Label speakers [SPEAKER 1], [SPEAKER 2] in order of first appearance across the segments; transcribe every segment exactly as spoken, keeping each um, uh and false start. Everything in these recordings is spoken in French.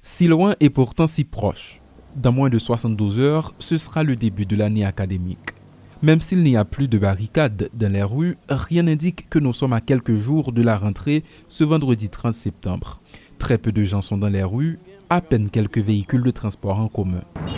[SPEAKER 1] Si loin et pourtant si proche. Dans moins de soixante-douze heures, ce sera le début de l'année académique. Même s'il n'y a plus de barricades dans les rues, rien n'indique que nous sommes à quelques jours de la rentrée ce vendredi trente septembre. Très peu de gens sont dans les rues, à peine quelques véhicules de transport en commun.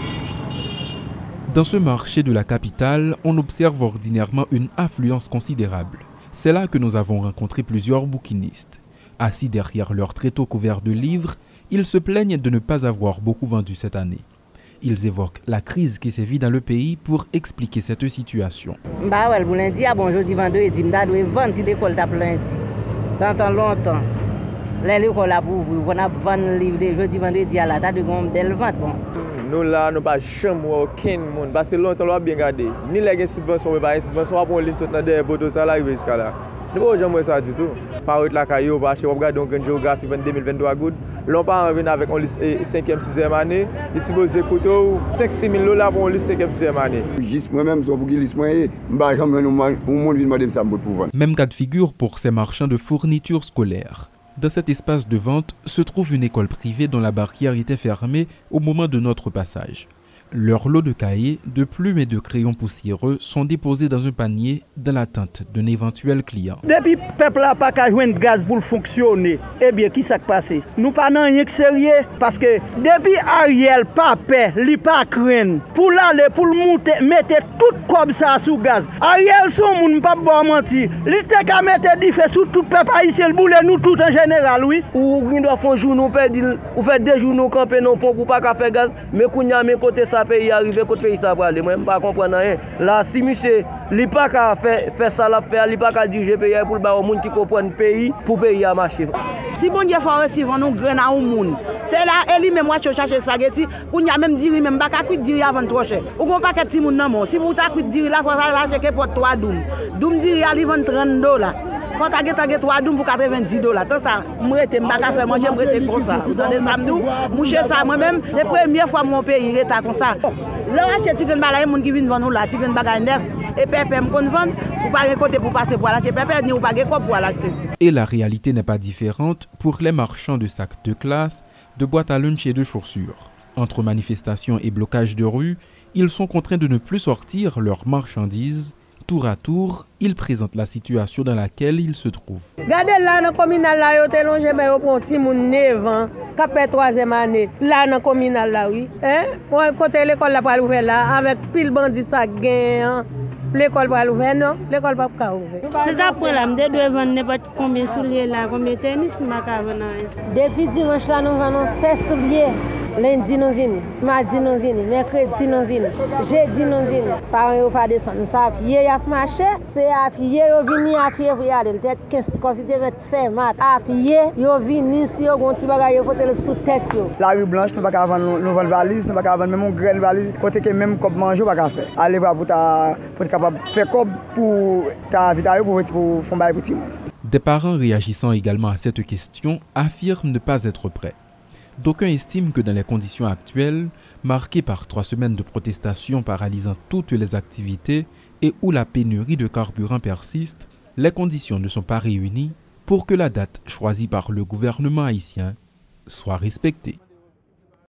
[SPEAKER 1] Dans ce marché de la capitale, on observe ordinairement une affluence considérable. C'est là que nous avons rencontré plusieurs bouquinistes. Assis derrière leur tréteau couvert de livres, ils se plaignent de ne pas avoir beaucoup vendu cette année. Ils évoquent la crise qui sévit dans le pays pour expliquer cette situation.
[SPEAKER 2] Bah ouais, le lundi, à bonjour, vendredi, m'da doit vendre l'école d'ap lundi. Dans longtemps. L'école a pour vous, on a vendu livre de jeudi, vendredi à la date de grande belle vente. Bon.
[SPEAKER 3] Nous là, nous pas jamais aucun monde parce que longtemps on a bien gardé. Ni les subventions, pas subventions, on ligne sur des bateaux ça là jusqu'à là. Nous pas jamais ça du tout. Par la caillou parce que on regarde donc une géographie deux mille vingt-trois good. L'on pas venir avec on liste cinquième sixième année, ici vous écoutez cinq six mille dollars pour on liste cinquième sixième année.
[SPEAKER 4] Juste moi même so pour qu'il liste moi, bah jamais nous monde vient demander ça pour vendre.
[SPEAKER 1] Même cas de figure pour ces marchands de fournitures scolaires. Dans cet espace de vente se trouve une école privée dont la barrière était fermée au moment de notre passage. Leurs lots de cahiers, de plumes et de crayons poussiéreux sont déposés dans un panier dans l'attente d'un éventuel client.
[SPEAKER 5] Depuis que le peuple n'a pas qu'à jouer de gaz pour fonctionner, eh bien, qui s'est passé? Nous pas dans rien de sérieux parce que depuis Ariel pas paix, il pas craindre pour l'aller, pour le monter, mettre tout comme ça sous gaz. Ariel son moun pas bon mentir. Il était qu'à mettre du feu sur tout le peuple haïtien, le boulet nous tout en général, oui.
[SPEAKER 6] Ou nous doit faire jour nous perdre, ou faire deux jours nous camper non pour pas faire gaz, mais qu'on y a mes côtés ça pays arrivé côté pays ça va aller moi pas comprendre rien là si monsieur li pas ka faire faire ça la faire li pas ka diriger pays pour ba au monde qui comprend pays pour pays à marcher
[SPEAKER 2] si bon Dieu faut recevoir nous grain à un monde c'est là elle même moi chercher spaghetti pour y a même dire même pas ka cuit dire avant trop cher ou gon paquet ti moun nan mon si vous ta cuit dire là faut ça checker pour trois doum doum dire ali vendre trente dollars quand tu as trois doum pour quatre-vingt-dix dollars tant ça moi était pas ka faire manger moi était comme ça vous entendez ça m'dou moucher ça moi même les première fois mon pays était comme ça là acheter ti gen balay moun qui vinn vendre là ti gen bagay neuf et pépé me kon vendre pour pas côté pour passer pour l'acheter pépé ni ou pas ko pour l'acheter.
[SPEAKER 1] Et la réalité n'est pas différente pour les marchands de sacs de classe, de boîtes à lunch et de chaussures. Entre manifestations et blocages de rue, ils sont contraints de ne plus sortir leurs marchandises. Tour à tour, ils présentent la situation dans laquelle ils se trouvent.
[SPEAKER 6] Regardez là dans le communal là, yo te longe mais yo prend ti moun neuf ans, capé troisième année. Là dans le communal là oui. Hein? Moi côté l'école là pas ouvert là avec pile bandit ça gain. L'école pas ouvert non, l'école pas ka ouvert.
[SPEAKER 7] C'est d'après là, me doit vendre n'importe combien souliers là, combien tennis m'a ka vendre.
[SPEAKER 2] Depuis dimanche là nous vendons fait souliers. Lundi nous venons, mardi nous venons, mercredi nous venons, jeudi nous venons. Parents pas descendre ça hier y a marché, c'est à hier yo vini à pied pour y aller, tête quinze confité met fermat. À pied yo vini si yo gon ti bagay yo porter sous tête yo.
[SPEAKER 5] La rue blanche nous pas ka vendre nous vendre valise, nous pas ka vendre même une graine valise côté que même comme manger pas ka faire. Aller pour ta pour capable faire comme pour ta vitale pour pour fond bail petit.
[SPEAKER 1] Des parents réagissant également à cette question affirment ne pas être prêts. D'aucuns estiment que dans les conditions actuelles, marquées par trois semaines de protestations paralysant toutes les activités et où la pénurie de carburant persiste, les conditions ne sont pas réunies pour que la date choisie par le gouvernement haïtien soit respectée.